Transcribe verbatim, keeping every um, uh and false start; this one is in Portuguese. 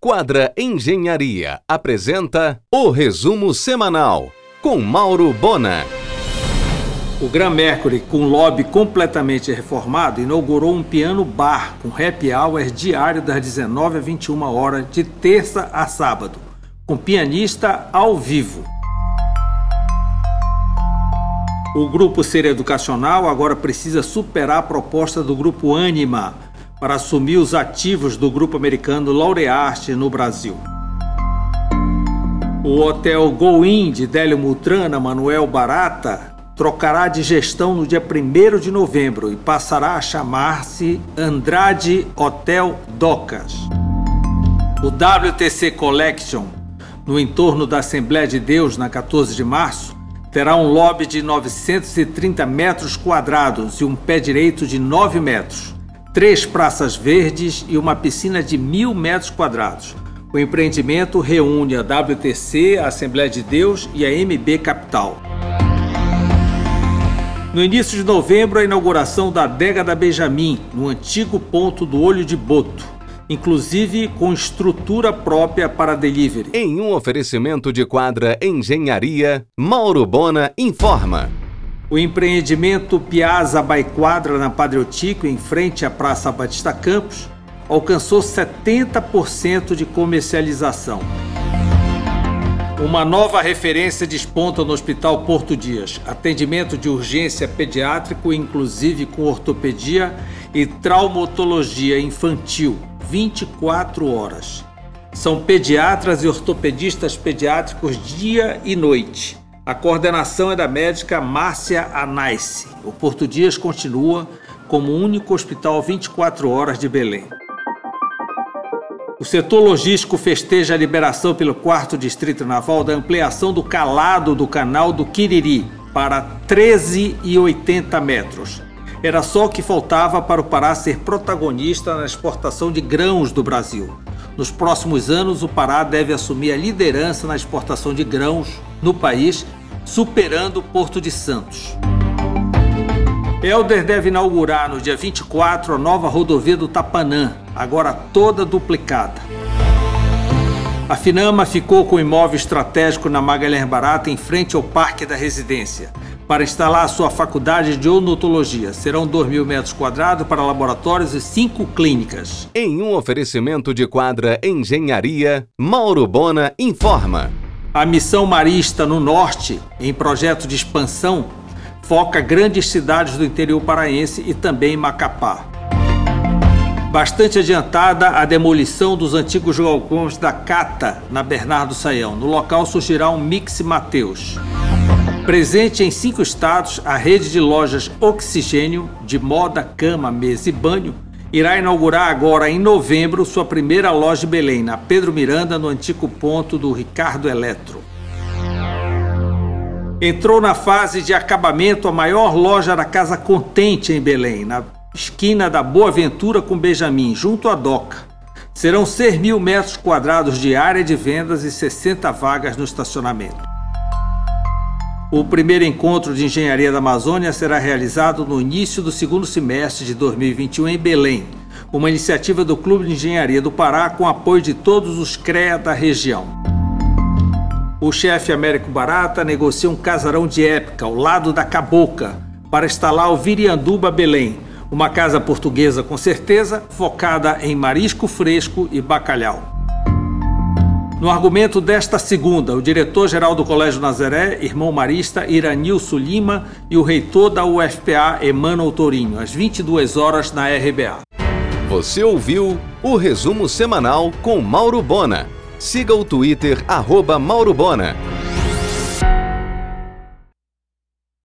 Quadra Engenharia apresenta o resumo semanal com Mauro Bona. O Gran Mercury, com lobby completamente reformado, inaugurou um piano bar com happy hour diário das dezenove às vinte e uma horas, de terça a sábado, com pianista ao vivo. O grupo Ser Educacional agora precisa superar a proposta do grupo Anima para assumir os ativos do grupo americano Laureate no Brasil. O hotel Go-In de Délio Mutrana, Manuel Barata, trocará de gestão no dia primeiro de novembro e passará a chamar-se Andrade Hotel Docas. O W T C Collection, no entorno da Assembleia de Deus, na quatorze de março, terá um lobby de novecentos e trinta metros quadrados e um pé direito de nove metros, três praças verdes e uma piscina de mil metros quadrados. O empreendimento reúne a W T C, a Assembleia de Deus e a M B Capital. No início de novembro, a inauguração da Adega da Benjamin, no antigo ponto do Olho de Boto, inclusive com estrutura própria para delivery. Em um oferecimento de Quadra Engenharia, Mauro Bona informa. O empreendimento Piazza by Quadra, na Padre Otíquio, em frente à Praça Batista Campos, alcançou setenta por cento de comercialização. Uma nova referência desponta no Hospital Porto Dias. Atendimento de urgência pediátrico, inclusive com ortopedia e traumatologia infantil, vinte e quatro horas. São pediatras e ortopedistas pediátricos dia e noite. A coordenação é da médica Márcia Anaice. O Porto Dias continua como o único hospital vinte e quatro horas de Belém. O setor logístico festeja a liberação pelo quarto Distrito Naval da ampliação do calado do canal do Quiriri para treze vírgula oitenta metros. Era só o que faltava para o Pará ser protagonista na exportação de grãos do Brasil. Nos próximos anos, o Pará deve assumir a liderança na exportação de grãos no país, superando o Porto de Santos. Helder deve inaugurar no dia vinte e quatro a nova rodovia do Tapanã, agora toda duplicada. A Finama ficou com um imóvel estratégico na Magalhães Barata, em frente ao Parque da Residência, para instalar a sua faculdade de odontologia. Serão dois mil metros quadrados para laboratórios e cinco clínicas. Em um oferecimento de Quadra Engenharia, Mauro Bona informa. A Missão Marista no Norte, em projeto de expansão, foca grandes cidades do interior paraense e também Macapá. Bastante adiantada a demolição dos antigos galpões da Cata, na Bernardo Saião. No local surgirá um Mix Mateus. Presente em cinco estados, a rede de lojas Oxigênio, de moda, cama, mesa e banho, irá inaugurar agora em novembro sua primeira loja em Belém, na Pedro Miranda, no antigo ponto do Ricardo Eletro. Entrou na fase de acabamento a maior loja da Casa Contente em Belém, na esquina da Boa Ventura com Benjamin, junto à Doca. Serão seis mil metros quadrados de área de vendas e sessenta vagas no estacionamento. O primeiro encontro de engenharia da Amazônia será realizado no início do segundo semestre de dois mil e vinte e um em Belém, uma iniciativa do Clube de Engenharia do Pará com apoio de todos os C R E A da região. O chefe Américo Barata negocia um casarão de época ao lado da Caboca para instalar o Virianduba Belém, uma casa portuguesa com certeza, focada em marisco fresco e bacalhau. No argumento desta segunda, o diretor-geral do Colégio Nazaré, irmão marista Iranilson Lima, e o reitor da U F P A, Emmanuel Tourinho, às vinte e duas horas na R B A. Você ouviu o resumo semanal com Mauro Bona. Siga o Twitter arroba Mauro Bona.